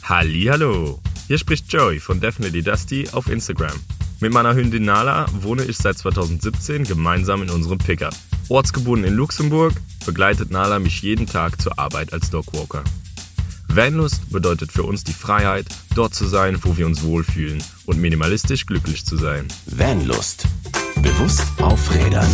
Hallihallo, hier spricht Joey von Definitely Dusty auf Instagram. Mit meiner Hündin Nala wohne ich seit 2017 gemeinsam in unserem Pickup. Ortsgebunden in Luxemburg begleitet Nala mich jeden Tag zur Arbeit als Dogwalker. Vanlust bedeutet für uns die Freiheit, dort zu sein, wo wir uns wohlfühlen und minimalistisch glücklich zu sein. Vanlust. Bewusst aufrädern.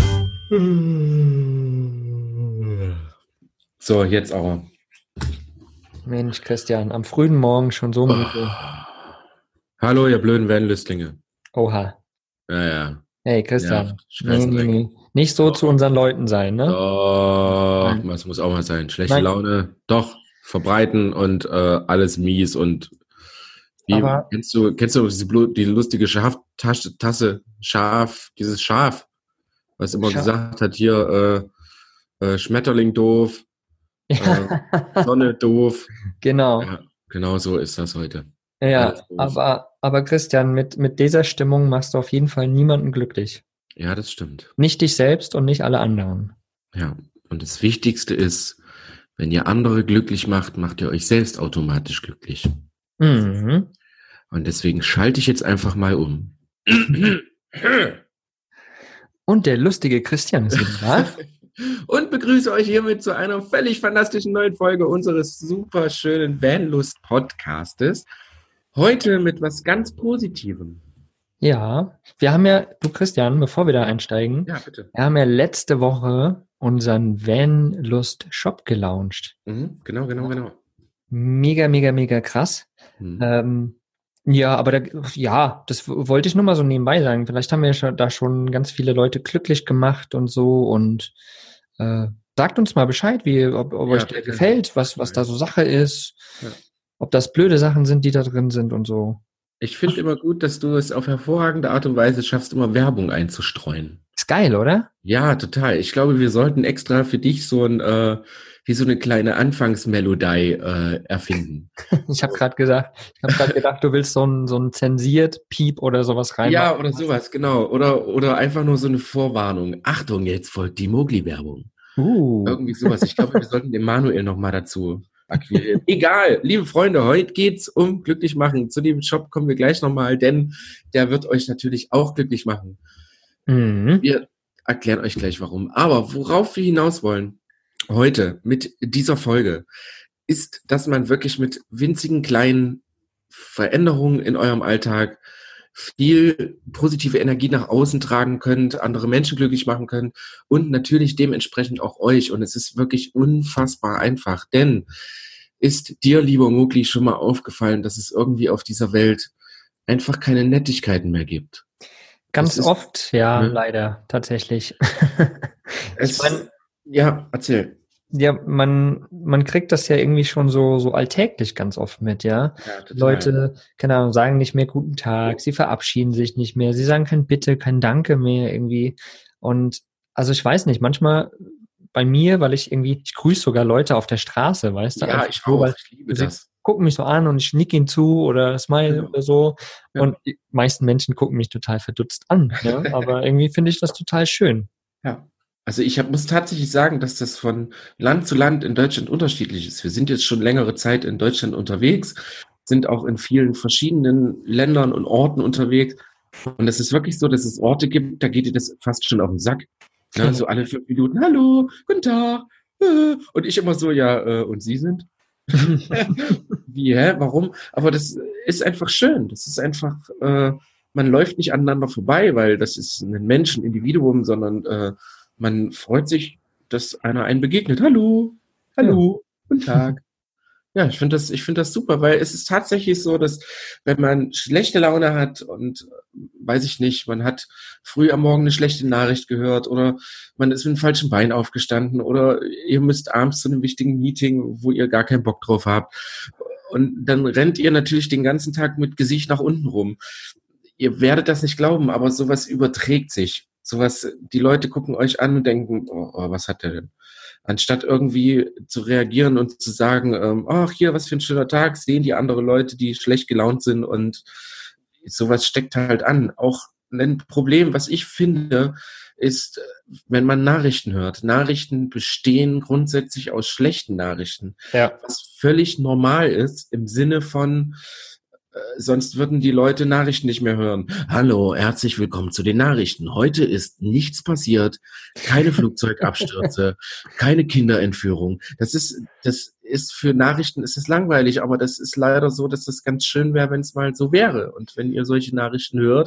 So, jetzt aber. Mensch, Christian, am frühen Morgen schon so müde. Hallo, ihr blöden Vanlüstlinge. Oha. Ja. Hey, Christian. Ja, nee. Nicht so zu unseren Leuten sein, ne? Doch, das muss auch mal sein. Schlechte Laune, doch, verbreiten und alles mies und wie, Aber kennst du die lustige Tasse, dieses Schaf, was immer gesagt hat, hier Schmetterling doof, Sonne doof. Genau. Ja, genau so ist das heute. Ja, aber Christian, mit dieser Stimmung machst du auf jeden Fall niemanden glücklich. Ja, das stimmt. Nicht dich selbst und nicht alle anderen. Ja, und das Wichtigste ist, wenn ihr andere glücklich macht, macht ihr euch selbst automatisch glücklich. Mhm. Und deswegen schalte ich jetzt einfach mal um. Und der lustige Christian ist wieder da. Und begrüße euch hiermit zu einer völlig fantastischen neuen Folge unseres super schönen Vanlust-Podcastes. Heute mit was ganz Positivem. Ja, wir haben ja, du Christian, bevor wir da einsteigen, Ja, bitte. wir haben ja letzte Woche unseren Vanlust-Shop gelauncht. Mhm, genau. Mega krass. Mhm. Ja, aber das wollte ich nur mal so nebenbei sagen. Vielleicht haben wir da schon ganz viele Leute glücklich gemacht und so und sagt uns mal Bescheid, ob euch der gefällt, was da so Sache ist, ob das blöde Sachen sind, die da drin sind und so. Ich finde immer gut, dass du es auf hervorragende Art und Weise schaffst, immer Werbung einzustreuen. Ist geil, oder? Ja, total. Ich glaube, wir sollten extra für dich so eine kleine Anfangsmelodie erfinden. Ich habe gerade gedacht, du willst so ein zensiert Piep oder sowas reinmachen. Ja, oder sowas, genau. Oder einfach nur so eine Vorwarnung. Achtung, jetzt folgt die Mowgli-Werbung. Irgendwie sowas. Ich glaube, wir sollten den Manuel nochmal dazu akquirieren. Egal, liebe Freunde, heute geht's um glücklich machen. Zu dem Shop kommen wir gleich nochmal, denn der wird euch natürlich auch glücklich machen. Mhm. Wir erklären euch gleich warum. Aber worauf wir hinaus wollen heute mit dieser Folge ist, dass man wirklich mit winzigen kleinen Veränderungen in eurem Alltag viel positive Energie nach außen tragen könnt, andere Menschen glücklich machen könnt und natürlich dementsprechend auch euch. Und es ist wirklich unfassbar einfach, denn ist dir, lieber Mowgli, schon mal aufgefallen, dass es irgendwie auf dieser Welt einfach keine Nettigkeiten mehr gibt? Ganz oft, ja, leider, tatsächlich. Ja, erzähl. Ja, man kriegt das ja irgendwie schon so alltäglich ganz oft mit, ja. Leute, keine Ahnung, sagen nicht mehr guten Tag, sie verabschieden sich nicht mehr, sie sagen kein Bitte, kein Danke mehr irgendwie. Und also ich weiß nicht, manchmal bei mir, weil ich grüße sogar Leute auf der Straße, weißt du? Ja, ich auch, ich liebe das. Gucken mich so an und ich nick ihnen zu oder smile oder so. Ja. Und die meisten Menschen gucken mich total verdutzt an, ja. Aber irgendwie finde ich das total schön. Ja. Also muss tatsächlich sagen, dass das von Land zu Land in Deutschland unterschiedlich ist. Wir sind jetzt schon längere Zeit in Deutschland unterwegs, sind auch in vielen verschiedenen Ländern und Orten unterwegs. Und es ist wirklich so, dass es Orte gibt, da geht dir das fast schon auf den Sack. Ne? So alle 5 Minuten, hallo, guten Tag. Und ich immer so, und Sie sind? Wie, warum? Aber das ist einfach schön. Das ist einfach, man läuft nicht aneinander vorbei, weil das ist ein Individuum, sondern man freut sich, dass einer einen begegnet. Hallo, guten Tag. Ja, ich finde das super, weil es ist tatsächlich so, dass wenn man schlechte Laune hat und weiß ich nicht, man hat früh am Morgen eine schlechte Nachricht gehört oder man ist mit dem falschen Bein aufgestanden oder ihr müsst abends zu einem wichtigen Meeting, wo ihr gar keinen Bock drauf habt und dann rennt ihr natürlich den ganzen Tag mit Gesicht nach unten rum. Ihr werdet das nicht glauben, aber sowas überträgt sich. Sowas, die Leute gucken euch an und denken, oh, was hat der denn? Anstatt irgendwie zu reagieren und zu sagen, ach, hier, was für ein schöner Tag, sehen die andere Leute, die schlecht gelaunt sind und sowas steckt halt an. Auch ein Problem, was ich finde, ist, wenn man Nachrichten hört. Nachrichten bestehen grundsätzlich aus schlechten Nachrichten. Ja. Was völlig normal ist im Sinne von, sonst würden die Leute Nachrichten nicht mehr hören. Hallo, herzlich willkommen zu den Nachrichten. Heute ist nichts passiert, keine Flugzeugabstürze, keine Kinderentführung. Das ist für Nachrichten ist es langweilig, aber das ist leider so, dass es ganz schön wäre, wenn es mal so wäre. Und wenn ihr solche Nachrichten hört,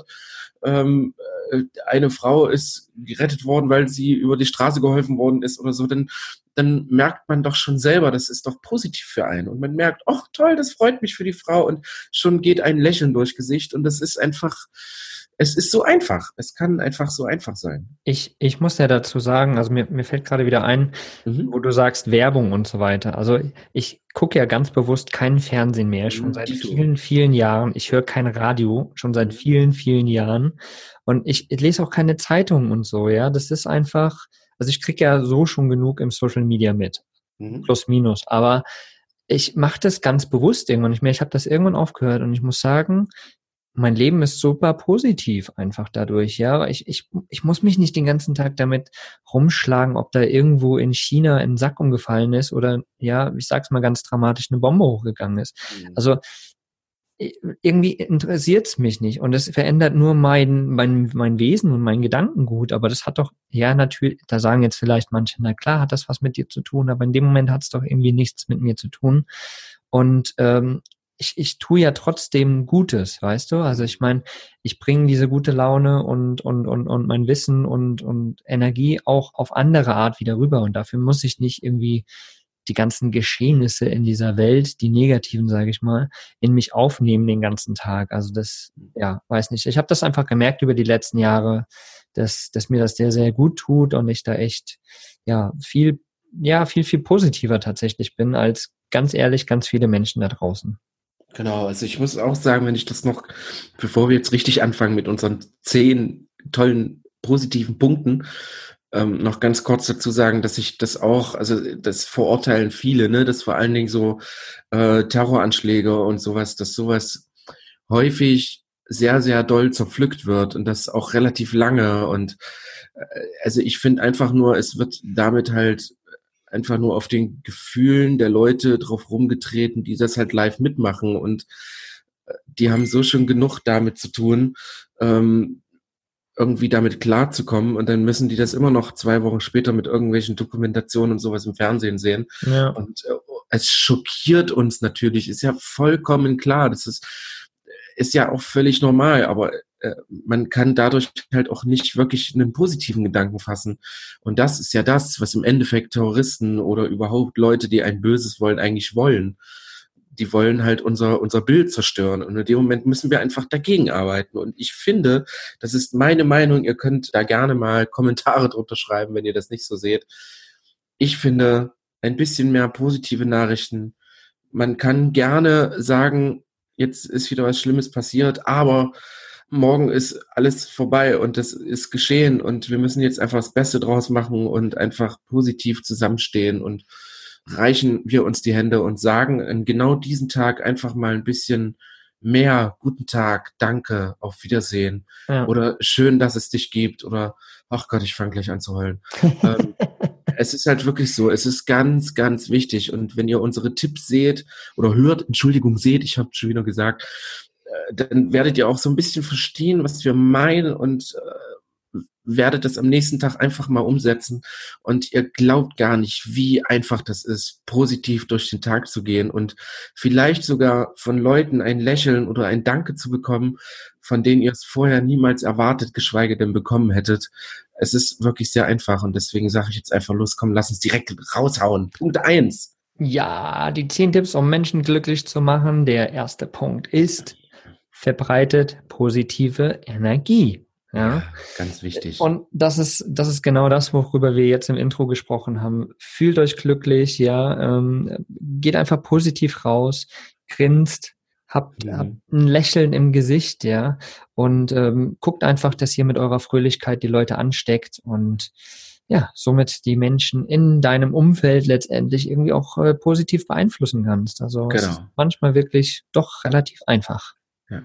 eine Frau ist gerettet worden, weil sie über die Straße geholfen worden ist oder so, dann merkt man doch schon selber, das ist doch positiv für einen. Und man merkt, ach toll, das freut mich für die Frau und schon geht ein Lächeln durchs Gesicht und das ist einfach, es ist so einfach. Es kann einfach so einfach sein. Ich muss ja dazu sagen, also mir fällt gerade wieder ein, wo du sagst Werbung und so weiter. Also ich gucke ja ganz bewusst keinen Fernsehen mehr, schon seit vielen, vielen Jahren. Ich höre kein Radio, schon seit vielen, vielen Jahren. Und ich lese auch keine Zeitungen und so, ja. Das ist einfach, also ich kriege ja so schon genug im Social Media mit. Plus, minus. Aber ich mache das ganz bewusst irgendwann nicht mehr. Ich habe das irgendwann aufgehört und ich muss sagen, mein Leben ist super positiv einfach dadurch, ja. Ich muss mich nicht den ganzen Tag damit rumschlagen, ob da irgendwo in China ein Sack umgefallen ist oder, ja, ich sag's mal ganz dramatisch, eine Bombe hochgegangen ist. Also irgendwie interessiert's mich nicht und es verändert nur mein Wesen und mein Gedankengut, aber das hat doch, ja natürlich, da sagen jetzt vielleicht manche, na klar, hat das was mit dir zu tun, aber in dem Moment hat's doch irgendwie nichts mit mir zu tun und ich tue ja trotzdem Gutes, weißt du? Also ich meine, ich bringe diese gute Laune und mein Wissen und Energie auch auf andere Art wieder rüber und dafür muss ich nicht irgendwie die ganzen Geschehnisse in dieser Welt, die negativen, sage ich mal, in mich aufnehmen den ganzen Tag. Also das, ja, weiß nicht. Ich habe das einfach gemerkt über die letzten Jahre, dass mir das sehr, sehr gut tut und ich da echt, viel positiver tatsächlich bin als, ganz ehrlich, ganz viele Menschen da draußen. Genau, also ich muss auch sagen, wenn ich das noch, bevor wir jetzt richtig anfangen mit unseren 10 tollen positiven Punkten, noch ganz kurz dazu sagen, dass ich das auch, also das verurteilen viele, ne, dass vor allen Dingen so Terroranschläge und sowas, dass sowas häufig sehr, sehr doll zerpflückt wird und das auch relativ lange und also ich finde einfach nur, es wird damit halt einfach nur auf den Gefühlen der Leute drauf rumgetreten, die das halt live mitmachen und die haben so schon genug damit zu tun, irgendwie damit klarzukommen und dann müssen die das immer noch 2 Wochen später mit irgendwelchen Dokumentationen und sowas im Fernsehen sehen. Ja. Und es schockiert uns natürlich, ist ja vollkommen klar, das ist ja auch völlig normal, aber man kann dadurch halt auch nicht wirklich einen positiven Gedanken fassen. Und das ist ja das, was im Endeffekt Terroristen oder überhaupt Leute, die ein Böses wollen, eigentlich wollen. Die wollen halt unser Bild zerstören. Und in dem Moment müssen wir einfach dagegen arbeiten. Und ich finde, das ist meine Meinung, ihr könnt da gerne mal Kommentare drunter schreiben, wenn ihr das nicht so seht. Ich finde, ein bisschen mehr positive Nachrichten. Man kann gerne sagen, jetzt ist wieder was Schlimmes passiert, aber morgen ist alles vorbei und das ist geschehen und wir müssen jetzt einfach das Beste draus machen und einfach positiv zusammenstehen und reichen wir uns die Hände und sagen an genau diesen Tag einfach mal ein bisschen mehr guten Tag, danke, auf Wiedersehen oder schön, dass es dich gibt oder ach Gott, ich fange gleich an zu heulen. Es ist halt wirklich so, es ist ganz, ganz wichtig und wenn ihr unsere Tipps seht oder hört, seht, ich habe schon wieder gesagt, dann werdet ihr auch so ein bisschen verstehen, was wir meinen und werdet das am nächsten Tag einfach mal umsetzen und ihr glaubt gar nicht, wie einfach das ist, positiv durch den Tag zu gehen und vielleicht sogar von Leuten ein Lächeln oder ein Danke zu bekommen, von denen ihr es vorher niemals erwartet, geschweige denn bekommen hättet. Es ist wirklich sehr einfach und deswegen sage ich jetzt einfach los, komm, lass uns direkt raushauen. Punkt 1. Ja, die 10 Tipps, um Menschen glücklich zu machen. Der erste Punkt ist, verbreitet positive Energie. Ja, ganz wichtig. Und das ist genau das, worüber wir jetzt im Intro gesprochen haben. Fühlt euch glücklich, ja, geht einfach positiv raus, grinst, habt ein Lächeln im Gesicht, ja, und guckt einfach, dass ihr mit eurer Fröhlichkeit die Leute ansteckt und ja, somit die Menschen in deinem Umfeld letztendlich irgendwie auch positiv beeinflussen kannst. Also es ist manchmal wirklich doch relativ einfach. Ja.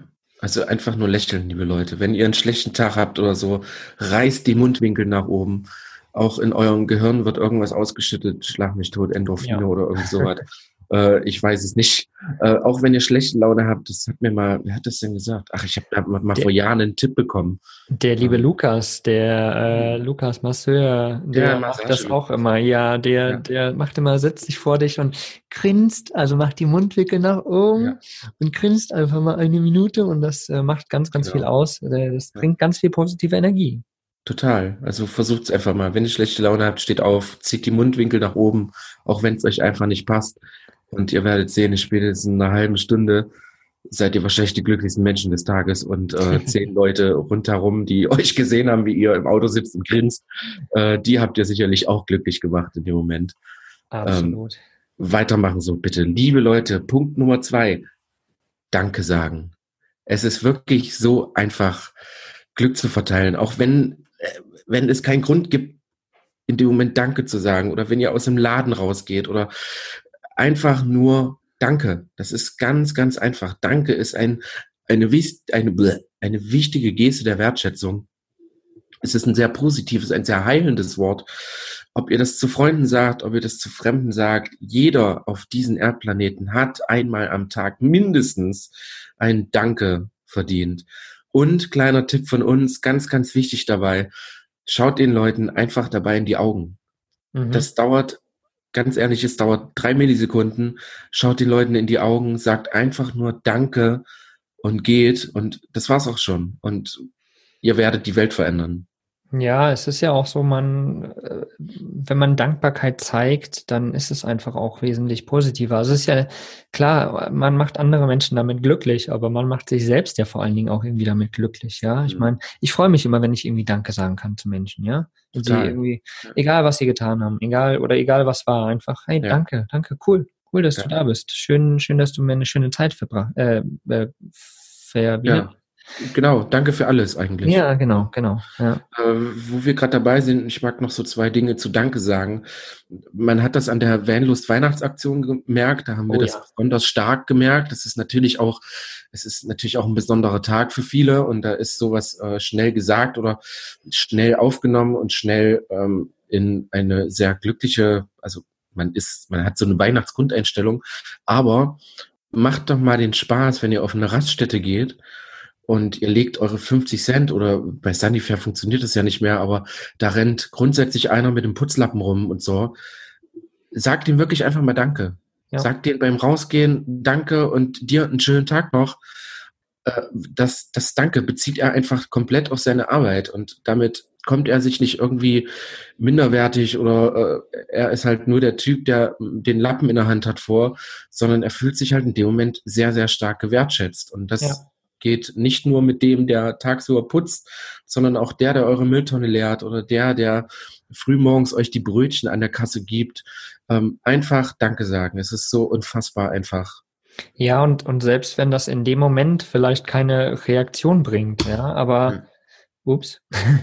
Also einfach nur lächeln, liebe Leute. Wenn ihr einen schlechten Tag habt oder so, reißt die Mundwinkel nach oben. Auch in eurem Gehirn wird irgendwas ausgeschüttet, schlag mich tot, Endorphine oder irgend sowas. Ich weiß es nicht. Auch wenn ihr schlechte Laune habt, das hat mir mal, wer hat das denn gesagt? Ach, ich habe mal vor Jahren einen Tipp bekommen. Der liebe Lukas, der Lukas Masseur, der macht das auch immer. Ja, der macht immer, setzt sich vor dich und grinst, also macht die Mundwinkel nach oben und grinst einfach mal 1 Minute und das macht ganz, ganz viel aus. Das bringt ganz viel positive Energie. Total. Also versucht's einfach mal. Wenn ihr schlechte Laune habt, steht auf, zieht die Mundwinkel nach oben, auch wenn es euch einfach nicht passt. Und ihr werdet sehen, spätestens in einer halben Stunde seid ihr wahrscheinlich die glücklichsten Menschen des Tages und 10 Leute rundherum, die euch gesehen haben, wie ihr im Auto sitzt und grinst, die habt ihr sicherlich auch glücklich gemacht in dem Moment. Absolut. Weitermachen so, bitte. Liebe Leute, Punkt Nummer 2, Danke sagen. Es ist wirklich so einfach, Glück zu verteilen, auch wenn es keinen Grund gibt, in dem Moment Danke zu sagen oder wenn ihr aus dem Laden rausgeht oder einfach nur Danke. Das ist ganz, ganz einfach. Danke ist eine wichtige Geste der Wertschätzung. Es ist ein sehr positives, ein sehr heilendes Wort. Ob ihr das zu Freunden sagt, ob ihr das zu Fremden sagt, jeder auf diesem Erdplaneten hat einmal am Tag mindestens ein Danke verdient. Und kleiner Tipp von uns, ganz, ganz wichtig dabei, schaut den Leuten einfach dabei in die Augen. Das dauert, ganz ehrlich, es dauert 3 Millisekunden. Schaut den Leuten in die Augen, sagt einfach nur Danke und geht. Und das war's auch schon. Und ihr werdet die Welt verändern. Ja, es ist ja auch so, wenn man Dankbarkeit zeigt, dann ist es einfach auch wesentlich positiver. Also es ist ja klar, man macht andere Menschen damit glücklich, aber man macht sich selbst ja vor allen Dingen auch irgendwie damit glücklich, ja. Ich meine, ich freue mich immer, wenn ich irgendwie Danke sagen kann zu Menschen, ja. Und sie irgendwie, egal was sie getan haben, egal was war, einfach, hey, danke, cool, dass du da bist. Schön, dass du mir eine schöne Zeit verbracht, Genau, danke für alles eigentlich. Ja, genau. Ja. Wo wir gerade dabei sind, ich mag noch so 2 Dinge zu Danke sagen. Man hat das an der Vanlust Weihnachtsaktion gemerkt, da haben wir das besonders stark gemerkt. Es ist natürlich auch ein besonderer Tag für viele und da ist sowas schnell gesagt oder schnell aufgenommen und schnell in eine sehr glückliche, also man hat so eine Weihnachtsgrundeinstellung, aber macht doch mal den Spaß, wenn ihr auf eine Raststätte geht und ihr legt eure 50 Cent oder bei Sunnyfair funktioniert das ja nicht mehr, aber da rennt grundsätzlich einer mit dem Putzlappen rum und so. Sagt ihm wirklich einfach mal Danke. Ja. Sagt denen beim Rausgehen Danke und dir einen schönen Tag noch. Das Danke bezieht er einfach komplett auf seine Arbeit und damit kommt er sich nicht irgendwie minderwertig oder er ist halt nur der Typ, der den Lappen in der Hand hat sondern er fühlt sich halt in dem Moment sehr, sehr stark gewertschätzt und das geht nicht nur mit dem, der tagsüber putzt, sondern auch der eure Mülltonne leert oder der frühmorgens euch die Brötchen an der Kasse gibt. Einfach Danke sagen. Es ist so unfassbar einfach. Ja, und selbst wenn das in dem Moment vielleicht keine Reaktion bringt, aber ups.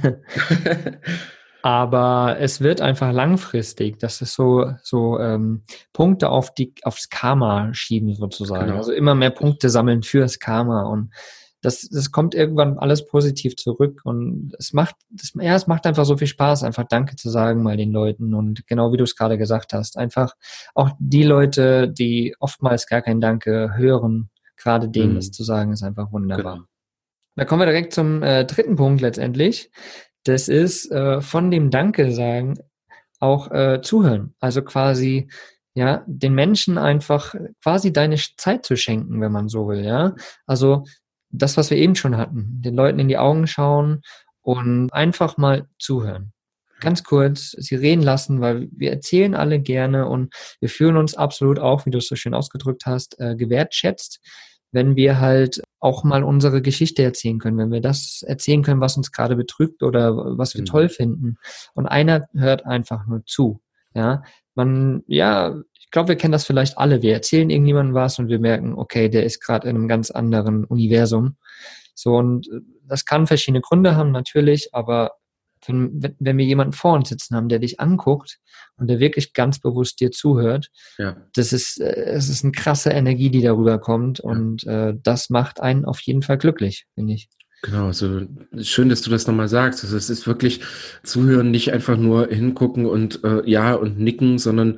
Aber es wird einfach langfristig, das ist so Punkte aufs Karma schieben sozusagen. Genau. Also immer mehr Punkte sammeln fürs Karma und das kommt irgendwann alles positiv zurück und es macht einfach so viel Spaß, einfach Danke zu sagen mal den Leuten und genau wie du es gerade gesagt hast, einfach auch die Leute, die oftmals gar kein Danke hören, gerade denen das zu sagen, ist einfach wunderbar. Genau. Da kommen wir direkt zum 3. Punkt letztendlich. Das ist von dem Danke sagen auch zuhören. Also quasi den Menschen einfach quasi deine Zeit zu schenken, wenn man so will. Ja, also das, was wir eben schon hatten, den Leuten in die Augen schauen und einfach mal zuhören. Ganz kurz, sie reden lassen, weil wir erzählen alle gerne und wir fühlen uns absolut auch, wie du es so schön ausgedrückt hast, gewertschätzt, wenn wir halt auch mal unsere Geschichte erzählen können, wenn wir das erzählen können, was uns gerade betrübt oder was wir toll finden. Und einer hört einfach nur zu. Ja, ich glaube, wir kennen das vielleicht alle. Wir erzählen irgendjemandem was und wir merken, okay, der ist gerade in einem ganz anderen Universum. So, und das kann verschiedene Gründe haben, natürlich, aber wenn wir jemanden vor uns sitzen haben, der dich anguckt und der wirklich ganz bewusst dir zuhört, es ist eine krasse Energie, die darüber kommt und das macht einen auf jeden Fall glücklich, finde ich. Genau, also schön, dass du das nochmal sagst. Also es ist wirklich Zuhören, nicht einfach nur hingucken und ja und nicken, sondern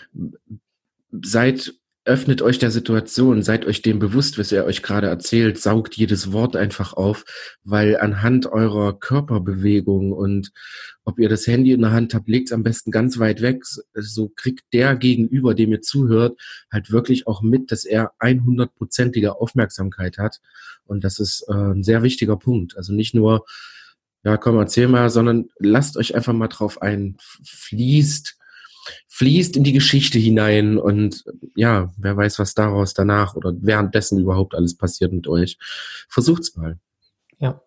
öffnet euch der Situation, seid euch dem bewusst, was er euch gerade erzählt, saugt jedes Wort einfach auf, weil anhand eurer Körperbewegung und ob ihr das Handy in der Hand habt, legt es am besten ganz weit weg, so kriegt der Gegenüber, dem ihr zuhört, halt wirklich auch mit, dass er 100%ige Aufmerksamkeit hat und das ist ein sehr wichtiger Punkt. Also nicht nur, ja komm, erzähl mal, sondern lasst euch einfach mal drauf ein, fließt in die Geschichte hinein und ja, wer weiß, was daraus danach oder währenddessen überhaupt alles passiert mit euch. Versucht's mal. Ja.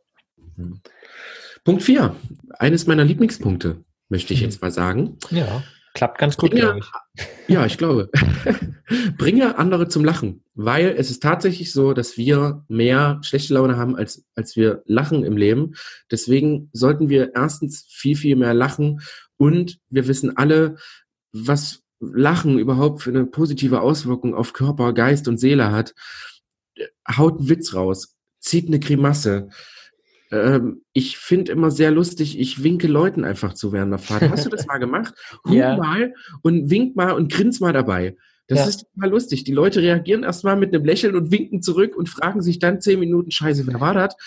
Punkt 4. Eines meiner Lieblingspunkte, möchte ich jetzt mal sagen. Ja, klappt ganz gut, glaube ich. Ja, ich glaube. Bringe andere zum Lachen, weil es ist tatsächlich so, dass wir mehr schlechte Laune haben, als wir lachen im Leben. Deswegen sollten wir erstens viel, viel mehr lachen und wir wissen alle, was Lachen überhaupt für eine positive Auswirkung auf Körper, Geist und Seele hat. Haut einen Witz raus, zieht eine Grimasse. Ich finde immer sehr lustig, ich winke Leuten einfach zu während der Fahrt. Hast du das mal gemacht? Mal und wink mal und grins mal dabei. Das ist total lustig. Die Leute reagieren erstmal mit einem Lächeln und winken zurück und fragen sich dann 10 Minuten, Scheiße, wer war das?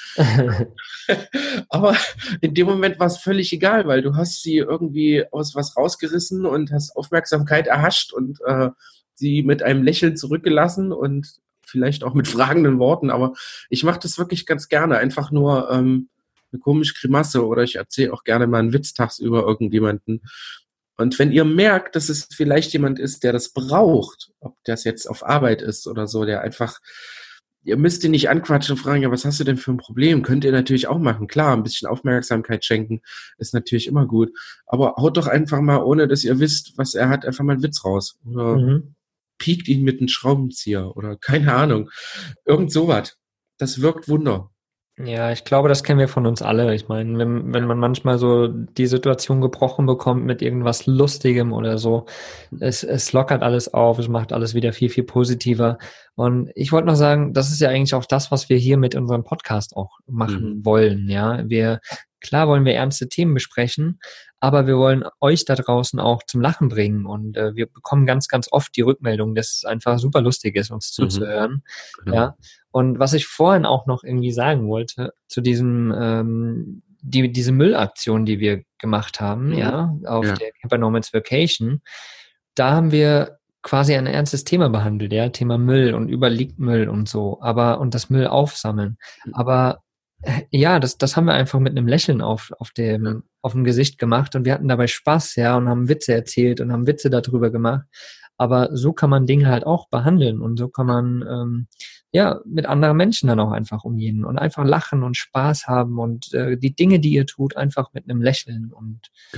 Aber in dem Moment war es völlig egal, weil du hast sie irgendwie aus was rausgerissen und hast Aufmerksamkeit erhascht und sie mit einem Lächeln zurückgelassen und vielleicht auch mit fragenden Worten. Aber ich mache das wirklich ganz gerne. Einfach nur eine komische Grimasse oder ich erzähle auch gerne mal einen Witz tagsüber irgendjemanden. Und wenn ihr merkt, dass es vielleicht jemand ist, der das braucht, ob das jetzt auf Arbeit ist oder so, der einfach, ihr müsst ihn nicht anquatschen und fragen, ja, was hast du denn für ein Problem? Könnt ihr natürlich auch machen. Klar, ein bisschen Aufmerksamkeit schenken ist natürlich immer gut. Aber haut doch einfach mal, ohne dass ihr wisst, was er hat, einfach mal einen Witz raus. Oder piekt ihn mit einem Schraubenzieher oder keine Ahnung. Irgend sowas. Das wirkt Wunder. Ja, ich glaube, das kennen wir von uns alle. Ich meine, wenn man manchmal so die Situation gebrochen bekommt mit irgendwas Lustigem oder so, es lockert alles auf, es macht alles wieder viel, viel positiver. Und ich wollte noch sagen, das ist ja eigentlich auch das, was wir hier mit unserem Podcast auch machen wollen. Ja, klar wollen wir ernste Themen besprechen, aber wir wollen euch da draußen auch zum Lachen bringen. Und wir bekommen ganz, ganz oft die Rückmeldung, dass es einfach super lustig ist, uns zuzuhören. Genau. Ja. Und was ich vorhin auch noch irgendwie sagen wollte, zu diesem, diese Müllaktion, die wir gemacht haben, auf der Camper Nomads Vacation, da haben wir quasi ein ernstes Thema behandelt, Thema Müll und Überliegtmüll und so, und das Müll aufsammeln. Aber ja, das haben wir einfach mit einem Lächeln auf dem Gesicht gemacht und wir hatten dabei Spaß, und haben Witze erzählt und haben Witze darüber gemacht. Aber so kann man Dinge halt auch behandeln und so kann man mit anderen Menschen dann auch einfach umgehen und einfach lachen und Spaß haben und die Dinge, die ihr tut, einfach mit einem Lächeln und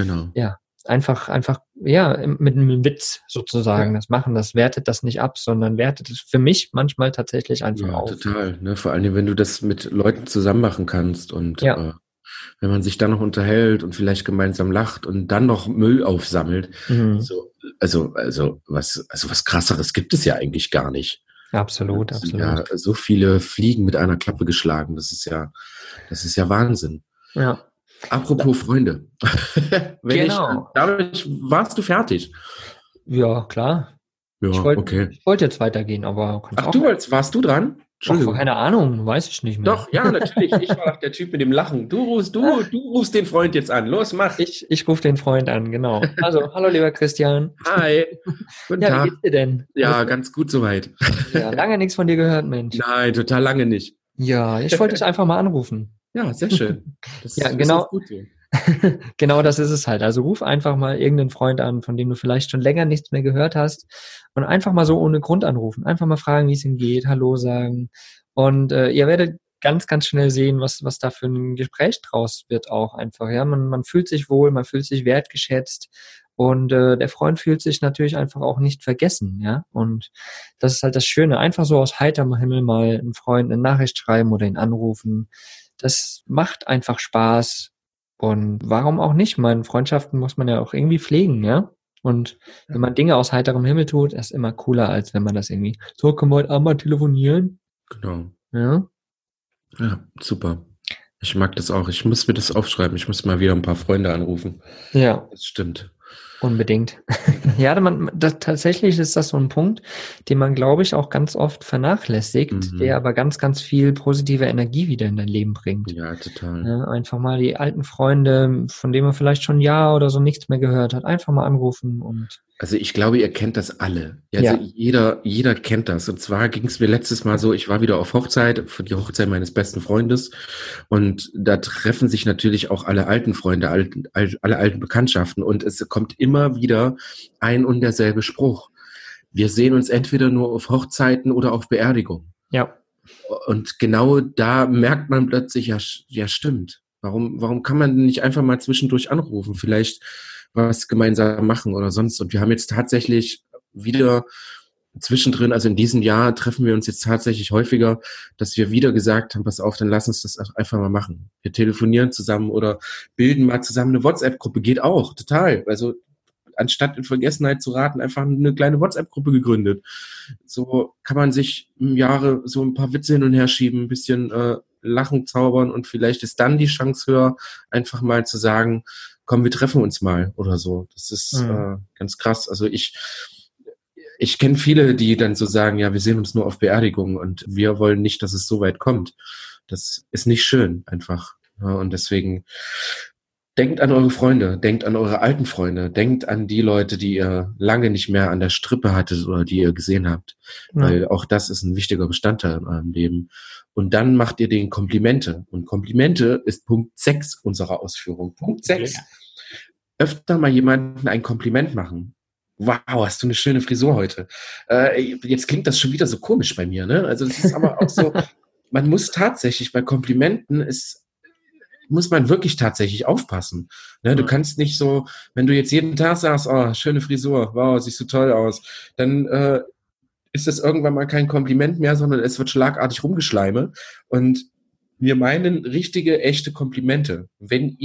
einfach mit einem Witz sozusagen das machen. Das wertet das nicht ab, sondern wertet es für mich manchmal tatsächlich einfach auf. Ja, total. Ne? Vor allem, wenn du das mit Leuten zusammen machen kannst und wenn man sich dann noch unterhält und vielleicht gemeinsam lacht und dann noch Müll aufsammelt. Also was Krasseres gibt es ja eigentlich gar nicht. Absolut. Ja, so viele Fliegen mit einer Klappe geschlagen. Das ist ja Wahnsinn. Ja. Apropos Freunde. Dadurch warst du fertig. Ja, klar. Ja, ich wollte jetzt weitergehen, aber warst du dran? Entschuldigung. Ach, keine Ahnung, weiß ich nicht mehr. Doch, ja, natürlich. Ich war doch der Typ mit dem Lachen. Du rufst den Freund jetzt an. Los, mach. Ich rufe den Freund an, genau. Also, hallo lieber Christian. Hi. Guten Tag. Wie geht's dir denn? Ja, ganz gut soweit. Ja, lange nichts von dir gehört, Mensch. Nein, total lange nicht. Ja, ich wollte dich einfach mal anrufen. Ja, sehr schön. Das genau. Ist gut so. Genau, das ist es halt. Also ruf einfach mal irgendeinen Freund an, von dem du vielleicht schon länger nichts mehr gehört hast und einfach mal so ohne Grund anrufen. Einfach mal fragen, wie es ihm geht, Hallo sagen und ihr werdet ganz, ganz schnell sehen, was da für ein Gespräch draus wird auch einfach. Ja, man fühlt sich wohl, man fühlt sich wertgeschätzt und der Freund fühlt sich natürlich einfach auch nicht vergessen, ja. Und das ist halt das Schöne. Einfach so aus heiterem Himmel mal einen Freund eine Nachricht schreiben oder ihn anrufen. Das macht einfach Spaß. Und warum auch nicht? Freundschaften muss man ja auch irgendwie pflegen, ja? Und wenn man Dinge aus heiterem Himmel tut, ist immer cooler, als wenn man das irgendwie, so, können wir heute Abend mal telefonieren? Genau. Ja? Ja, super. Ich mag das auch. Ich muss mir das aufschreiben. Ich muss mal wieder ein paar Freunde anrufen. Ja. Das stimmt. Unbedingt. Ja, tatsächlich ist das so ein Punkt, den man, glaube ich, auch ganz oft vernachlässigt, der aber ganz, ganz viel positive Energie wieder in dein Leben bringt. Ja, total. Ja, einfach mal die alten Freunde, von denen man vielleicht schon ein Jahr oder so nichts mehr gehört hat, einfach mal anrufen und... Also ich glaube, ihr kennt das alle. Also jeder kennt das. Und zwar ging es mir letztes Mal so, ich war wieder auf Hochzeit, für die Hochzeit meines besten Freundes. Und da treffen sich natürlich auch alle alten Freunde, alle alten Bekanntschaften. Und es kommt immer wieder ein und derselbe Spruch. Wir sehen uns entweder nur auf Hochzeiten oder auf Beerdigungen. Ja. Und genau da merkt man plötzlich, ja stimmt. Warum kann man nicht einfach mal zwischendurch anrufen? Vielleicht was gemeinsam machen oder sonst. Und wir haben jetzt tatsächlich wieder zwischendrin, also in diesem Jahr treffen wir uns jetzt tatsächlich häufiger, dass wir wieder gesagt haben, pass auf, dann lass uns das einfach mal machen. Wir telefonieren zusammen oder bilden mal zusammen eine WhatsApp-Gruppe. Geht auch, total. Also anstatt in Vergessenheit zu raten, einfach eine kleine WhatsApp-Gruppe gegründet. So kann man sich im Jahre so ein paar Witze hin und her schieben, ein bisschen lachen, zaubern und vielleicht ist dann die Chance höher, einfach mal zu sagen, komm, wir treffen uns mal oder so. Das ist ganz krass. Also ich kenne viele, die dann so sagen, ja, wir sehen uns nur auf Beerdigungen und wir wollen nicht, dass es so weit kommt. Das ist nicht schön einfach. Ja, und deswegen denkt an eure Freunde, denkt an eure alten Freunde, denkt an die Leute, die ihr lange nicht mehr an der Strippe hattet oder die ihr gesehen habt. Ja. Weil auch das ist ein wichtiger Bestandteil in eurem Leben. Und dann macht ihr denen Komplimente. Und Komplimente ist Punkt 6 unserer Ausführung. Punkt 6. Ja. Öfter mal jemandem ein Kompliment machen. Wow, hast du eine schöne Frisur heute. Jetzt klingt das schon wieder so komisch bei mir, ne? Also das ist aber auch so, man muss tatsächlich bei Komplimenten muss man wirklich tatsächlich aufpassen. Ne? Du kannst nicht so, wenn du jetzt jeden Tag sagst, oh, schöne Frisur, wow, siehst du toll aus, dann ist das irgendwann mal kein Kompliment mehr, sondern es wird schlagartig rumgeschleime. Und wir meinen richtige, echte Komplimente. Wenn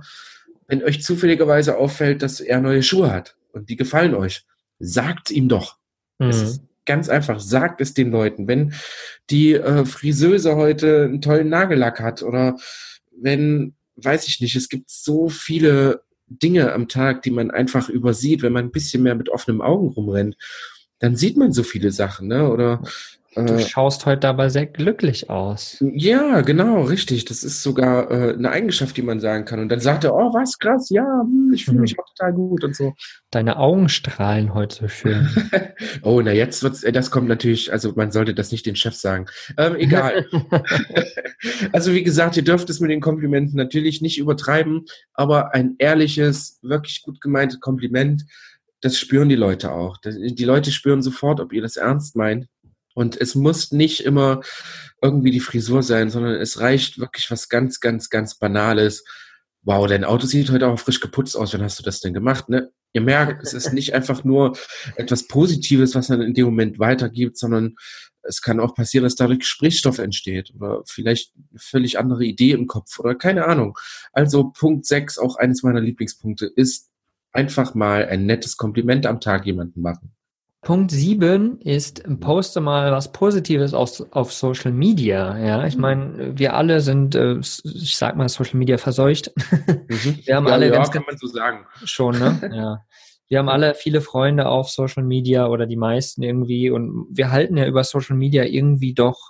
euch zufälligerweise auffällt, dass er neue Schuhe hat und die gefallen euch, sagt ihm doch. Es ist ganz einfach, sagt es den Leuten. Wenn die Friseuse heute einen tollen Nagellack hat oder wenn, weiß ich nicht, es gibt so viele Dinge am Tag, die man einfach übersieht, wenn man ein bisschen mehr mit offenen Augen rumrennt, dann sieht man so viele Sachen, ne? Oder du schaust heute dabei sehr glücklich aus. Ja, genau, richtig. Das ist sogar eine Eigenschaft, die man sagen kann. Und dann sagt er, oh, was, krass, ja, ich fühle mich auch total gut und so. Deine Augen strahlen heute so schön. Oh, na jetzt das kommt natürlich, also man sollte das nicht den Chef sagen. Egal. Also wie gesagt, ihr dürft es mit den Komplimenten natürlich nicht übertreiben, aber ein ehrliches, wirklich gut gemeintes Kompliment, das spüren die Leute auch. Die Leute spüren sofort, ob ihr das ernst meint. Und es muss nicht immer irgendwie die Frisur sein, sondern es reicht wirklich was ganz, ganz, ganz Banales. Wow, dein Auto sieht heute auch frisch geputzt aus. Wann hast du das denn gemacht? Ne? Ihr merkt, es ist nicht einfach nur etwas Positives, was man in dem Moment weitergibt, sondern es kann auch passieren, dass dadurch Gesprächsstoff entsteht oder vielleicht eine völlig andere Idee im Kopf oder keine Ahnung. Also Punkt 6, auch eines meiner Lieblingspunkte, ist einfach mal ein nettes Kompliment am Tag jemandem machen. Punkt 7 ist, poste mal was Positives auf Social Media. Ja, ich meine, wir alle sind, ich sag mal, Social Media verseucht. Wir haben alle kann man so sagen. Schon, ne? Ja. Wir haben alle viele Freunde auf Social Media oder die meisten irgendwie und wir halten ja über Social Media irgendwie doch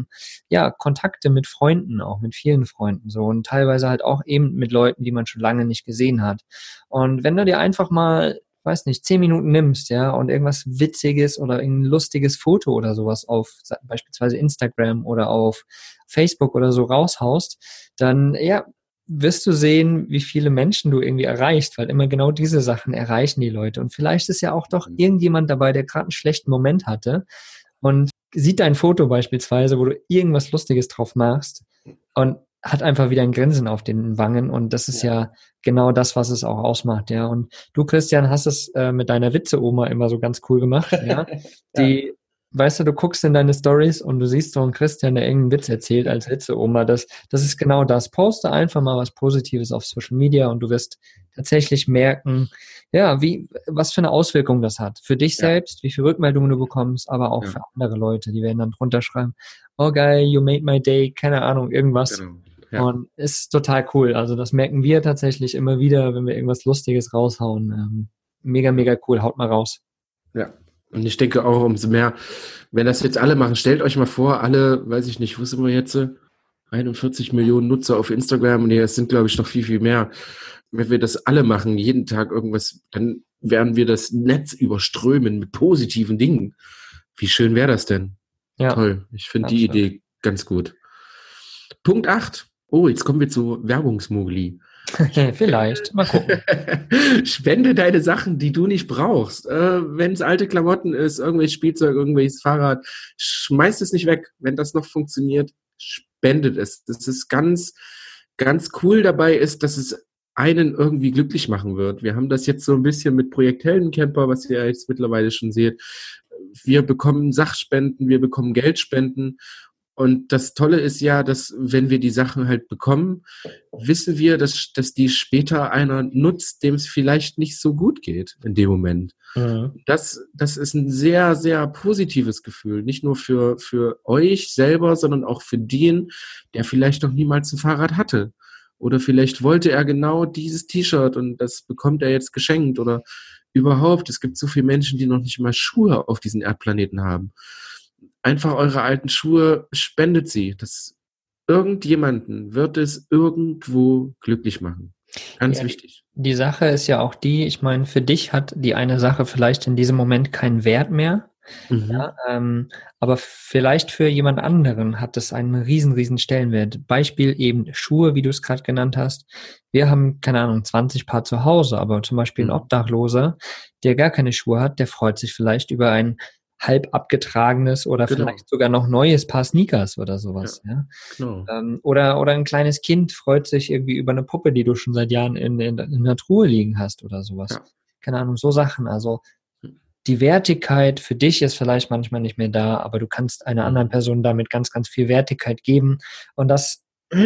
Kontakte mit Freunden, auch mit vielen Freunden so und teilweise halt auch eben mit Leuten, die man schon lange nicht gesehen hat. Und wenn du dir einfach mal, weiß nicht, 10 Minuten nimmst, ja, und irgendwas Witziges oder ein lustiges Foto oder sowas auf beispielsweise Instagram oder auf Facebook oder so raushaust, dann, wirst du sehen, wie viele Menschen du irgendwie erreichst, weil immer genau diese Sachen erreichen die Leute. Und vielleicht ist ja auch doch irgendjemand dabei, der gerade einen schlechten Moment hatte und sieht dein Foto beispielsweise, wo du irgendwas Lustiges drauf machst und hat einfach wieder ein Grinsen auf den Wangen und das ist ja genau das, was es auch ausmacht, ja. Und du, Christian, hast es mit deiner Witze-Oma immer so ganz cool gemacht, ja. Die weißt du guckst in deine Stories und du siehst so einen Christian, der irgendeinen Witz erzählt als Witze-Oma. Das ist genau das. Poste einfach mal was Positives auf Social Media und du wirst tatsächlich merken, ja, was für eine Auswirkung das hat. Für dich selbst, wie viele Rückmeldungen du bekommst, aber auch für andere Leute. Die werden dann drunter schreiben, oh geil, you made my day, keine Ahnung, irgendwas. Genau. Ja. Und ist total cool. Also das merken wir tatsächlich immer wieder, wenn wir irgendwas Lustiges raushauen. Mega, mega cool. Haut mal raus. Ja. Und ich denke auch, umso mehr, wenn das jetzt alle machen, stellt euch mal vor, alle, weiß ich nicht, wo sind wir jetzt? 41 Millionen Nutzer auf Instagram und es sind, glaube ich, noch viel, viel mehr. Wenn wir das alle machen, jeden Tag irgendwas, dann werden wir das Netz überströmen mit positiven Dingen. Wie schön wäre das denn? Ja, toll. Ich finde die Idee ganz gut. Punkt 8. Oh, jetzt kommen wir zu Werbungsmogli. Vielleicht. Mal gucken. Spende deine Sachen, die du nicht brauchst. Wenn es alte Klamotten ist, irgendwelches Spielzeug, irgendwelches Fahrrad, schmeißt es nicht weg. Wenn das noch funktioniert, spendet es. Das ist ganz, ganz cool dabei ist, dass es einen irgendwie glücklich machen wird. Wir haben das jetzt so ein bisschen mit Projekt Heldencamper, was ihr jetzt mittlerweile schon seht. Wir bekommen Sachspenden, wir bekommen Geldspenden. Und das Tolle ist ja, dass wenn wir die Sachen halt bekommen, wissen wir, dass die später einer nutzt, dem es vielleicht nicht so gut geht in dem Moment. Mhm. Das ist ein sehr, sehr positives Gefühl. Nicht nur für euch selber, sondern auch für den, der vielleicht noch niemals ein Fahrrad hatte. Oder vielleicht wollte er genau dieses T-Shirt und das bekommt er jetzt geschenkt. Oder überhaupt, es gibt so viele Menschen, die noch nicht mal Schuhe auf diesem Erdplaneten haben. Einfach eure alten Schuhe, spendet sie. Irgendjemanden wird es irgendwo glücklich machen. Ganz wichtig. Die Sache ist ja auch die, ich meine, für dich hat die eine Sache vielleicht in diesem Moment keinen Wert mehr. Mhm. Ja, aber vielleicht für jemand anderen hat es einen riesen Stellenwert. Beispiel eben Schuhe, wie du es gerade genannt hast. Wir haben, keine Ahnung, 20 Paar zu Hause, aber zum Beispiel ein Obdachloser, der gar keine Schuhe hat, der freut sich vielleicht über ein halb abgetragenes oder vielleicht sogar noch neues Paar Sneakers oder sowas. Ja. Genau. Oder ein kleines Kind freut sich irgendwie über eine Puppe, die du schon seit Jahren in der Truhe liegen hast oder sowas. Ja. Keine Ahnung, so Sachen. Also die Wertigkeit für dich ist vielleicht manchmal nicht mehr da, aber du kannst einer anderen Person damit ganz, ganz viel Wertigkeit geben. Und das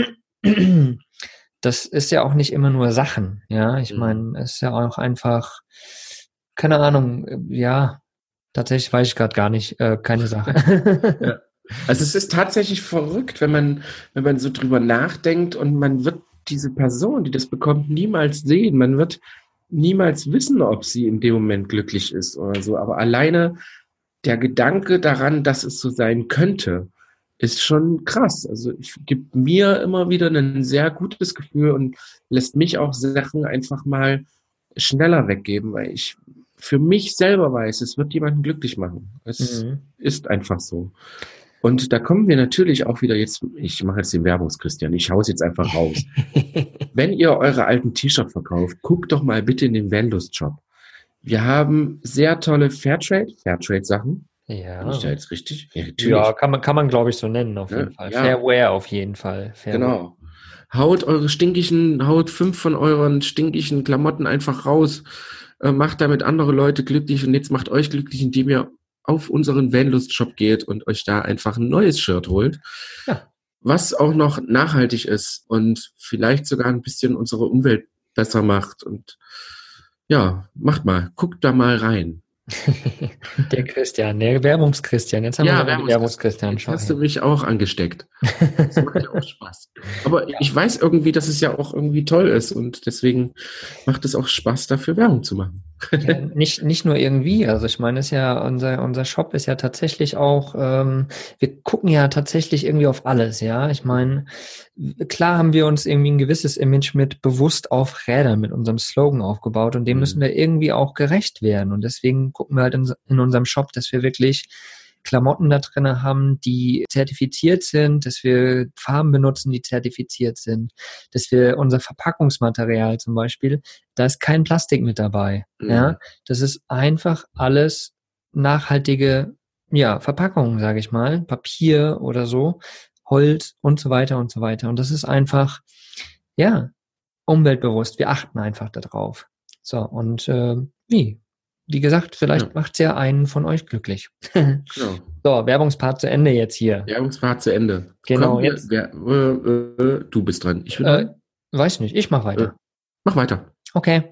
ist ja auch nicht immer nur Sachen. Ja, ich meine, es ist ja auch einfach, keine Ahnung, ja, tatsächlich weiß ich gerade gar nicht, keine Sache. Ja. Also es ist tatsächlich verrückt, wenn man so drüber nachdenkt und man wird diese Person, die das bekommt, niemals sehen. Man wird niemals wissen, ob sie in dem Moment glücklich ist oder so. Aber alleine der Gedanke daran, dass es so sein könnte, ist schon krass. Also es gibt mir immer wieder ein sehr gutes Gefühl und lässt mich auch Sachen einfach mal schneller weggeben, weil ich für mich selber weiß, es wird jemanden glücklich machen. Es ist einfach so. Und da kommen wir natürlich auch wieder jetzt, ich mache jetzt den Werbungschristian, ich hau es jetzt einfach raus. Wenn ihr eure alten T-Shirts verkauft, guckt doch mal bitte in den Vanlust-Shop. Wir haben sehr tolle Fairtrade-Sachen. Ja. Bin ich da jetzt richtig? Ja, kann man glaube ich so nennen auf jeden Fall. Ja. Fairwear auf jeden Fall. Genau. Haut 5 von euren stinkigen Klamotten einfach raus. Macht damit andere Leute glücklich und jetzt macht euch glücklich, indem ihr auf unseren Vanlust-Shop geht und euch da einfach ein neues Shirt holt, was auch noch nachhaltig ist und vielleicht sogar ein bisschen unsere Umwelt besser macht. Und ja, macht mal, guckt da mal rein. Der Christian, der Werbungschristian. Jetzt haben wir den Werbungschristian. Jetzt hast du mich auch angesteckt. Das macht ja auch Spaß. Aber ich weiß irgendwie, dass es ja auch irgendwie toll ist und deswegen macht es auch Spaß, dafür Werbung zu machen. Ja, nicht nur irgendwie. Also ich meine, unser Shop ist ja tatsächlich auch, wir gucken ja tatsächlich irgendwie auf alles, ja. Ich meine, klar haben wir uns irgendwie ein gewisses Image mit bewusst auf Rädern mit unserem Slogan aufgebaut und dem müssen wir irgendwie auch gerecht werden. Und deswegen gucken wir halt in unserem Shop, dass wir wirklich Klamotten da drin haben, die zertifiziert sind, dass wir Farben benutzen, die zertifiziert sind, dass wir unser Verpackungsmaterial zum Beispiel, da ist kein Plastik mit dabei. Ja, das ist einfach alles nachhaltige, Verpackungen, sage ich mal, Papier oder so, Holz und so weiter und so weiter. Und das ist einfach, umweltbewusst. Wir achten einfach darauf. So, und wie? wie gesagt, vielleicht macht es ja einen von euch glücklich. Genau. So, Werbungspart zu Ende jetzt hier. Werbungspart zu Ende. Genau, Komm, jetzt. Du bist dran. Ich bin dran. Weiß nicht, ich mach weiter. Mach weiter. Okay.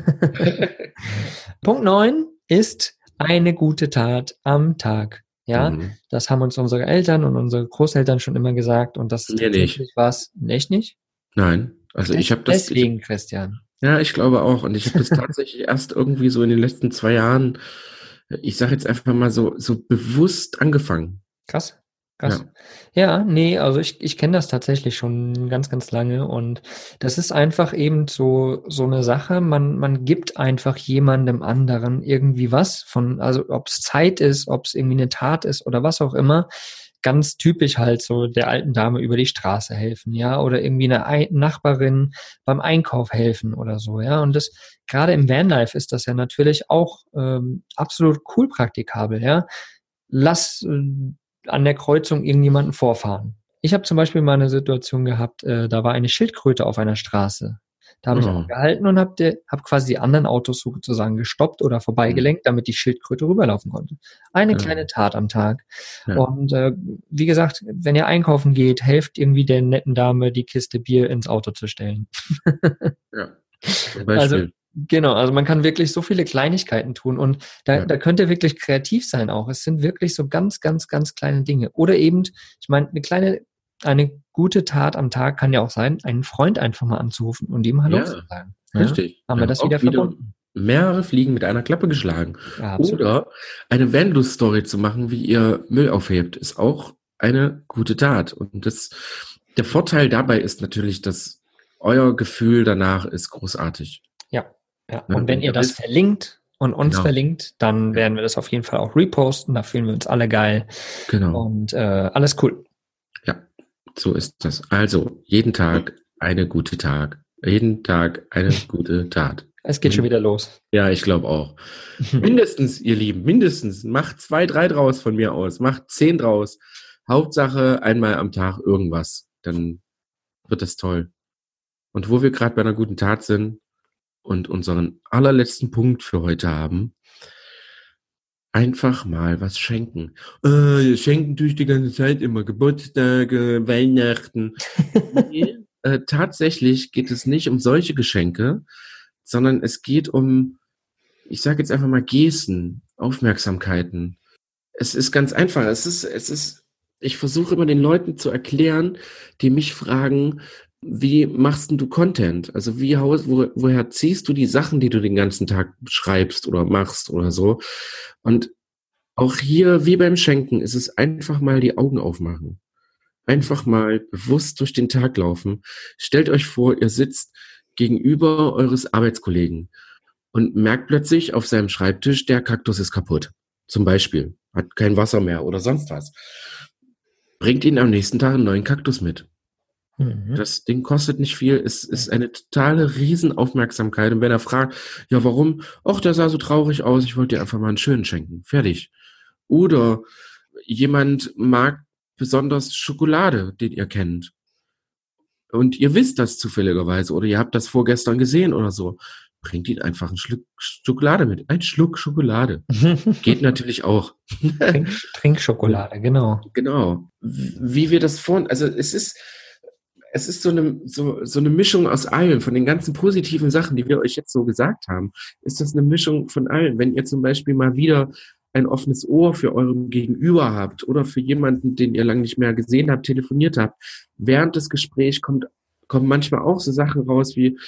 Punkt 9 ist eine gute Tat am Tag. Ja, das haben uns unsere Eltern und unsere Großeltern schon immer gesagt und das ist tatsächlich was. Echt nicht? Nein, also ich habe das. Deswegen, Christian. Ja, ich glaube auch. Und ich habe das tatsächlich erst irgendwie so in den letzten 2 Jahren, ich sage jetzt einfach mal so bewusst angefangen. Krass. Ja, nee, also ich kenne das tatsächlich schon ganz, ganz lange und das ist einfach eben so eine Sache, man gibt einfach jemandem anderen irgendwie was also ob es Zeit ist, ob es irgendwie eine Tat ist oder was auch immer, ganz typisch halt so der alten Dame über die Straße helfen, ja, oder irgendwie eine Nachbarin beim Einkauf helfen oder so, ja, und das gerade im Vanlife ist das ja natürlich auch absolut cool praktikabel, ja. Lass an der Kreuzung irgendjemanden vorfahren. Ich habe zum Beispiel mal eine Situation gehabt, da war eine Schildkröte auf einer Straße. Da habe ich angehalten und habe quasi die anderen Autos sozusagen gestoppt oder vorbeigelenkt, damit die Schildkröte rüberlaufen konnte. Eine kleine Tat am Tag. Ja. Und wie gesagt, wenn ihr einkaufen geht, helft irgendwie der netten Dame, die Kiste Bier ins Auto zu stellen. Ja, zum Beispiel. Also man kann wirklich so viele Kleinigkeiten tun und da könnt ihr wirklich kreativ sein auch. Es sind wirklich so ganz, ganz, ganz kleine Dinge. Oder eben, ich meine, eine gute Tat am Tag kann ja auch sein, einen Freund einfach mal anzurufen und ihm Hallo zu sagen. Ja? Richtig. Haben wir das wieder verbunden. Mehrere Fliegen mit einer Klappe geschlagen. Ja, oder eine Vanlust-Story zu machen, wie ihr Müll aufhebt, ist auch eine gute Tat. Und der Vorteil dabei ist natürlich, dass euer Gefühl danach ist großartig. Ja, und wenn ihr das verlinkt und uns verlinkt, dann werden wir das auf jeden Fall auch reposten. Da fühlen wir uns alle geil. Genau. Und alles cool. Ja, so ist das. Also, jeden Tag eine gute Tat. Jeden Tag eine gute Tat. Es geht schon wieder los. Ja, ich glaube auch. Mindestens, ihr Lieben, mindestens. Macht 2, 3 draus von mir aus. Macht 10 draus. Hauptsache einmal am Tag irgendwas. Dann wird das toll. Und wo wir gerade bei einer guten Tat sind, und unseren allerletzten Punkt für heute haben, einfach mal was schenken. Schenken tue ich die ganze Zeit immer, Geburtstage, Weihnachten. Nee, tatsächlich geht es nicht um solche Geschenke, sondern es geht um, ich sage jetzt einfach mal Gesten, Aufmerksamkeiten. Es ist ganz einfach. Ich versuche immer den Leuten zu erklären, die mich fragen, wie machst denn du Content? Also woher ziehst du die Sachen, die du den ganzen Tag schreibst oder machst oder so? Und auch hier, wie beim Schenken, ist es einfach mal die Augen aufmachen. Einfach mal bewusst durch den Tag laufen. Stellt euch vor, ihr sitzt gegenüber eures Arbeitskollegen und merkt plötzlich auf seinem Schreibtisch, der Kaktus ist kaputt. Zum Beispiel. Hat kein Wasser mehr oder sonst was. Bringt ihn am nächsten Tag einen neuen Kaktus mit. Das Ding kostet nicht viel, es ist eine totale Riesenaufmerksamkeit. Und wenn er fragt, ja warum? Ach, der sah so traurig aus, ich wollte dir einfach mal einen schönen schenken. Fertig. Oder jemand mag besonders Schokolade, den ihr kennt. Und ihr wisst das zufälligerweise oder ihr habt das vorgestern gesehen oder so. Bringt ihn einfach einen Schluck Schokolade mit. Ein Schluck Schokolade. Geht natürlich auch. Trinkschokolade, genau. Genau. Wie wir das also es ist so eine Mischung aus allem, von den ganzen positiven Sachen, die wir euch jetzt so gesagt haben, ist das eine Mischung von allem. Wenn ihr zum Beispiel mal wieder ein offenes Ohr für euren Gegenüber habt oder für jemanden, den ihr lange nicht mehr gesehen habt, telefoniert habt, während des Gesprächs kommen manchmal auch so Sachen raus wie,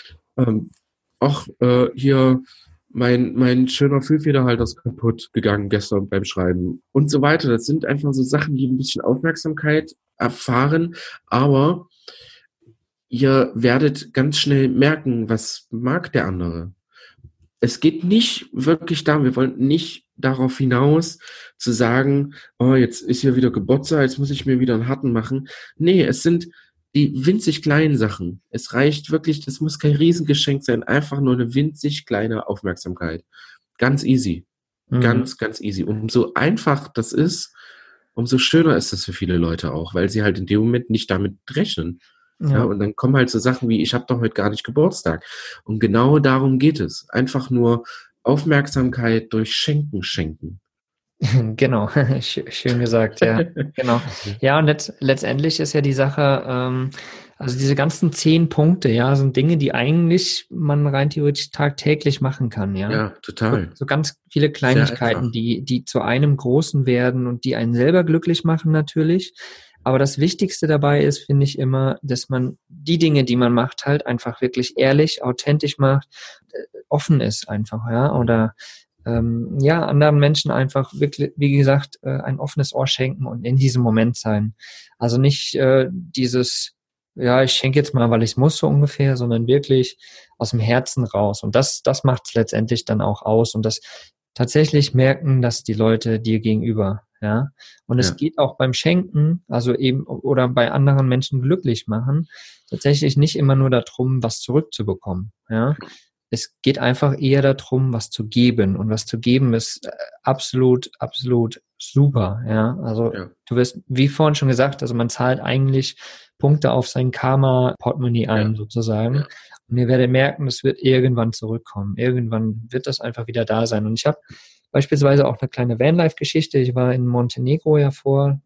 hier mein schöner Füllfederhalter ist kaputt gegangen gestern beim Schreiben und so weiter. Das sind einfach so Sachen, die ein bisschen Aufmerksamkeit erfahren, aber ihr werdet ganz schnell merken, was mag der andere. Es geht nicht wirklich darum, wir wollen nicht darauf hinaus zu sagen, oh, jetzt ist hier wieder Geburtstag, jetzt muss ich mir wieder einen harten machen. Nee, es sind die winzig kleinen Sachen. Es reicht wirklich, das muss kein Riesengeschenk sein, einfach nur eine winzig kleine Aufmerksamkeit. Ganz easy. Ganz, ganz easy. Umso einfach das ist, umso schöner ist das für viele Leute auch, weil sie halt in dem Moment nicht damit rechnen. Ja, und dann kommen halt so Sachen wie, ich habe doch heute gar nicht Geburtstag. Und genau darum geht es. Einfach nur Aufmerksamkeit durch Schenken. Genau, schön gesagt, ja, genau. Ja, und letztendlich ist ja die Sache, also diese ganzen 10 Punkte, ja, sind Dinge, die eigentlich man rein theoretisch tagtäglich machen kann, ja. Ja, total. So ganz viele Kleinigkeiten, die zu einem Großen werden und die einen selber glücklich machen natürlich. Aber das Wichtigste dabei ist, finde ich immer, dass man die Dinge, die man macht, halt einfach wirklich ehrlich, authentisch macht, offen ist einfach, ja, oder anderen Menschen einfach wirklich, wie gesagt, ein offenes Ohr schenken und in diesem Moment sein. Also nicht dieses, ja, ich schenke jetzt mal, weil ich es muss, so ungefähr, sondern wirklich aus dem Herzen raus. Und das macht es letztendlich dann auch aus. Und das tatsächlich merken, dass die Leute dir gegenüber, ja. Und es geht auch beim Schenken, also eben, oder bei anderen Menschen glücklich machen, tatsächlich nicht immer nur darum, was zurückzubekommen, ja. Es geht einfach eher darum, was zu geben. Und was zu geben ist absolut, absolut super. Ja, also du wirst, wie vorhin schon gesagt, also man zahlt eigentlich Punkte auf sein Karma-Portemonnaie ein, sozusagen. Ja. Und ihr werdet merken, das wird irgendwann zurückkommen. Irgendwann wird das einfach wieder da sein. Und ich habe beispielsweise auch eine kleine Vanlife-Geschichte. Ich war in Montenegro vor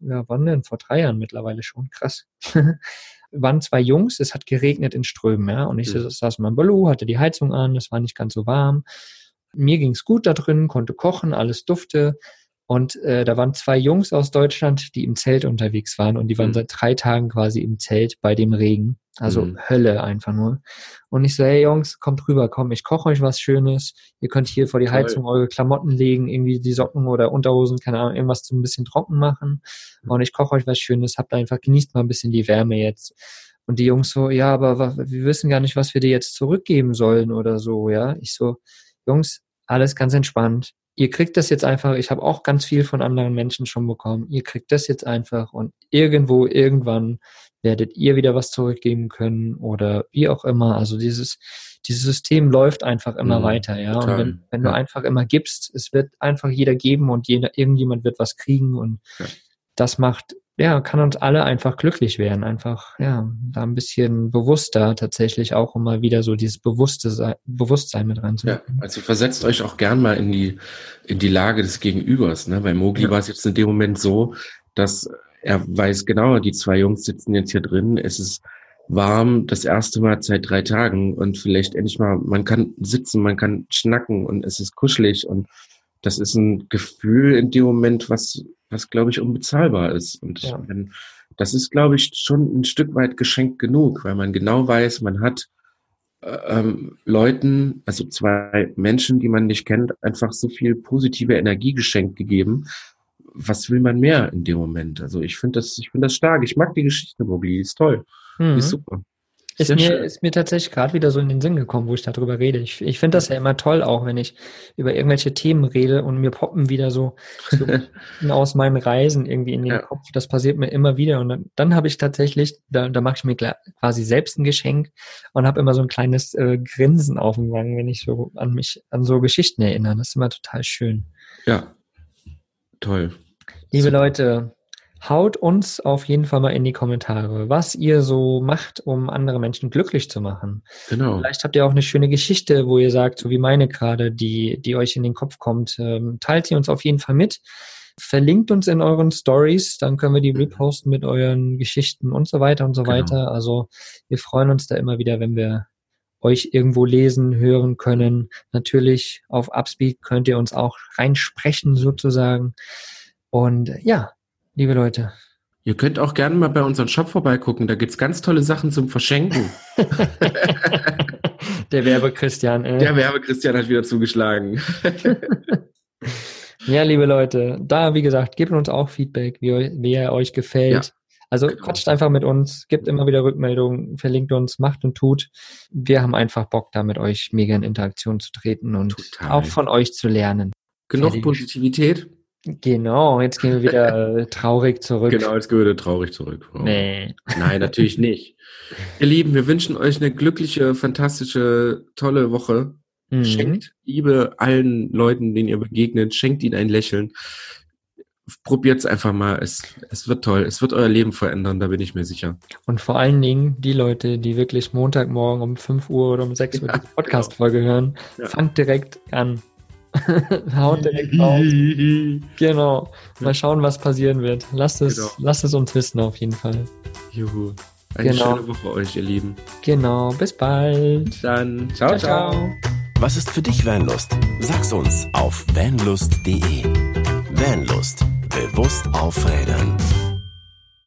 3 Jahren mittlerweile schon. Krass. Waren 2 Jungs, es hat geregnet in Strömen, ja, und ich saß in meinem Balou, hatte die Heizung an, es war nicht ganz so warm. Mir ging's gut da drin, konnte kochen, alles dufte, und da waren 2 Jungs aus Deutschland, die im Zelt unterwegs waren, und die waren seit 3 Tagen quasi im Zelt bei dem Regen, also Hölle einfach nur. Und ich so, hey Jungs, kommt rüber, komm, ich koche euch was Schönes, ihr könnt hier vor die Heizung eure Klamotten legen, irgendwie die Socken oder Unterhosen, keine Ahnung, irgendwas zum ein bisschen trocken machen, und ich koche euch was Schönes, genießt mal ein bisschen die Wärme jetzt. Und die Jungs so, ja, aber wir wissen gar nicht, was wir dir jetzt zurückgeben sollen oder so, ja. Ich so, Jungs, alles ganz entspannt. Ihr kriegt das jetzt einfach, ich habe auch ganz viel von anderen Menschen schon bekommen, ihr kriegt das jetzt einfach, und irgendwann werdet ihr wieder was zurückgeben können oder wie auch immer. Also dieses System läuft einfach immer weiter, ja. Total. Und wenn du einfach immer gibst, es wird einfach jeder geben und irgendjemand wird was kriegen, und das kann uns alle einfach glücklich werden, einfach, ja, da ein bisschen bewusster tatsächlich auch, um mal wieder so dieses Bewusstsein mit reinzubringen. Ja, also versetzt euch auch gern mal in die Lage des Gegenübers, ne? Bei Mowgli war es jetzt in dem Moment so, dass er weiß genau, die 2 Jungs sitzen jetzt hier drin, es ist warm, das erste Mal seit 3 Tagen, und vielleicht endlich mal, man kann sitzen, man kann schnacken, und es ist kuschelig, und das ist ein Gefühl in dem Moment, was glaube ich unbezahlbar ist. Und das ist, glaube ich, schon ein Stück weit geschenkt genug, weil man genau weiß, man hat Leuten, also 2 Menschen, die man nicht kennt, einfach so viel positive Energie geschenkt gegeben. Was will man mehr in dem Moment? Also ich finde das stark. Ich mag die Geschichte, Mowgli, die ist toll. Die ist super. Ist mir tatsächlich gerade wieder so in den Sinn gekommen, wo ich darüber rede. Ich finde das ja immer toll, auch wenn ich über irgendwelche Themen rede und mir poppen wieder so aus meinen Reisen irgendwie in den Kopf. Das passiert mir immer wieder, und dann habe ich tatsächlich, da mache ich mir quasi selbst ein Geschenk und habe immer so ein kleines Grinsen auf dem Wangen, wenn ich so an so Geschichten erinnere. Das ist immer total schön. Ja, toll. Liebe Leute, haut uns auf jeden Fall mal in die Kommentare, was ihr so macht, um andere Menschen glücklich zu machen. Genau. Vielleicht habt ihr auch eine schöne Geschichte, wo ihr sagt, so wie meine gerade, die euch in den Kopf kommt. Teilt sie uns auf jeden Fall mit. Verlinkt uns in euren Stories, dann können wir die reposten mit euren Geschichten und so weiter und so weiter. Also wir freuen uns da immer wieder, wenn wir euch irgendwo lesen, hören können. Natürlich auf Upspeak könnt ihr uns auch reinsprechen sozusagen. Und ja, liebe Leute. Ihr könnt auch gerne mal bei unserem Shop vorbeigucken. Da gibt's ganz tolle Sachen zum Verschenken. Der Werbe-Christian. Der Werbe-Christian hat wieder zugeschlagen. Ja, liebe Leute, da, wie gesagt, gebt uns auch Feedback, wie er euch gefällt. Ja, also quatscht einfach mit uns, gebt immer wieder Rückmeldungen, verlinkt uns, macht und tut. Wir haben einfach Bock, da mit euch mega in Interaktion zu treten und auch von euch zu lernen. Genug Positivität. Genau, jetzt gehen wir wieder traurig zurück. Genau, jetzt gehen wir wieder traurig zurück. Oh. Nee. Nein, natürlich nicht. Ihr Lieben, wir wünschen euch eine glückliche, fantastische, tolle Woche. Schenkt Liebe allen Leuten, denen ihr begegnet. Schenkt ihnen ein Lächeln. Probiert es einfach mal. Es wird toll. Es wird euer Leben verändern, da bin ich mir sicher. Und vor allen Dingen die Leute, die wirklich Montagmorgen um 5 Uhr oder um 6 Uhr die Podcast-Folge hören, fangt direkt an. Haut direkt raus. Genau. Mal schauen, was passieren wird. Lasst es uns wissen auf jeden Fall. Juhu. Eine schöne Woche euch, ihr Lieben. Genau. Bis bald. Dann ciao. Was ist für dich Vanlust? Sag's uns auf vanlust.de. Vanlust. Bewusst aufrädern.